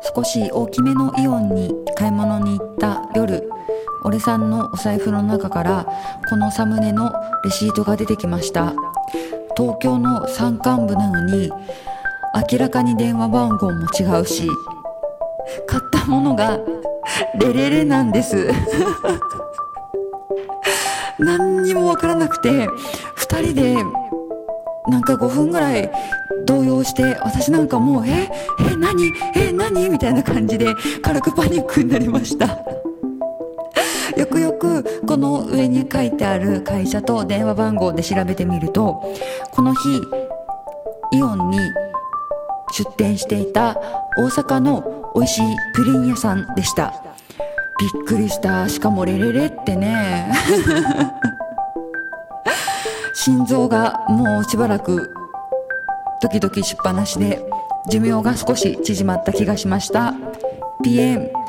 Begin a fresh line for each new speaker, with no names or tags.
少し大きめのイオンに買い物に行った夜、俺さんのお財布の中からこのサムネのレシートが出てきました。東京の山間部なのに明らかに電話番号も違うし、買ったものがレレレなんです何にもわからなくて、2人でなんか5分ぐらい動揺して、私なんかもう何みたいな感じで軽くパニックになりましたよくよくこの上に書いてある会社と電話番号で調べてみると、この日イオンに出店していた大阪の美味しいプリン屋さんでした。びっくりした。しかもレレレってね心臓がもうしばらくドキドキしっぱなしで、寿命が少し縮まった気がしました。ピエン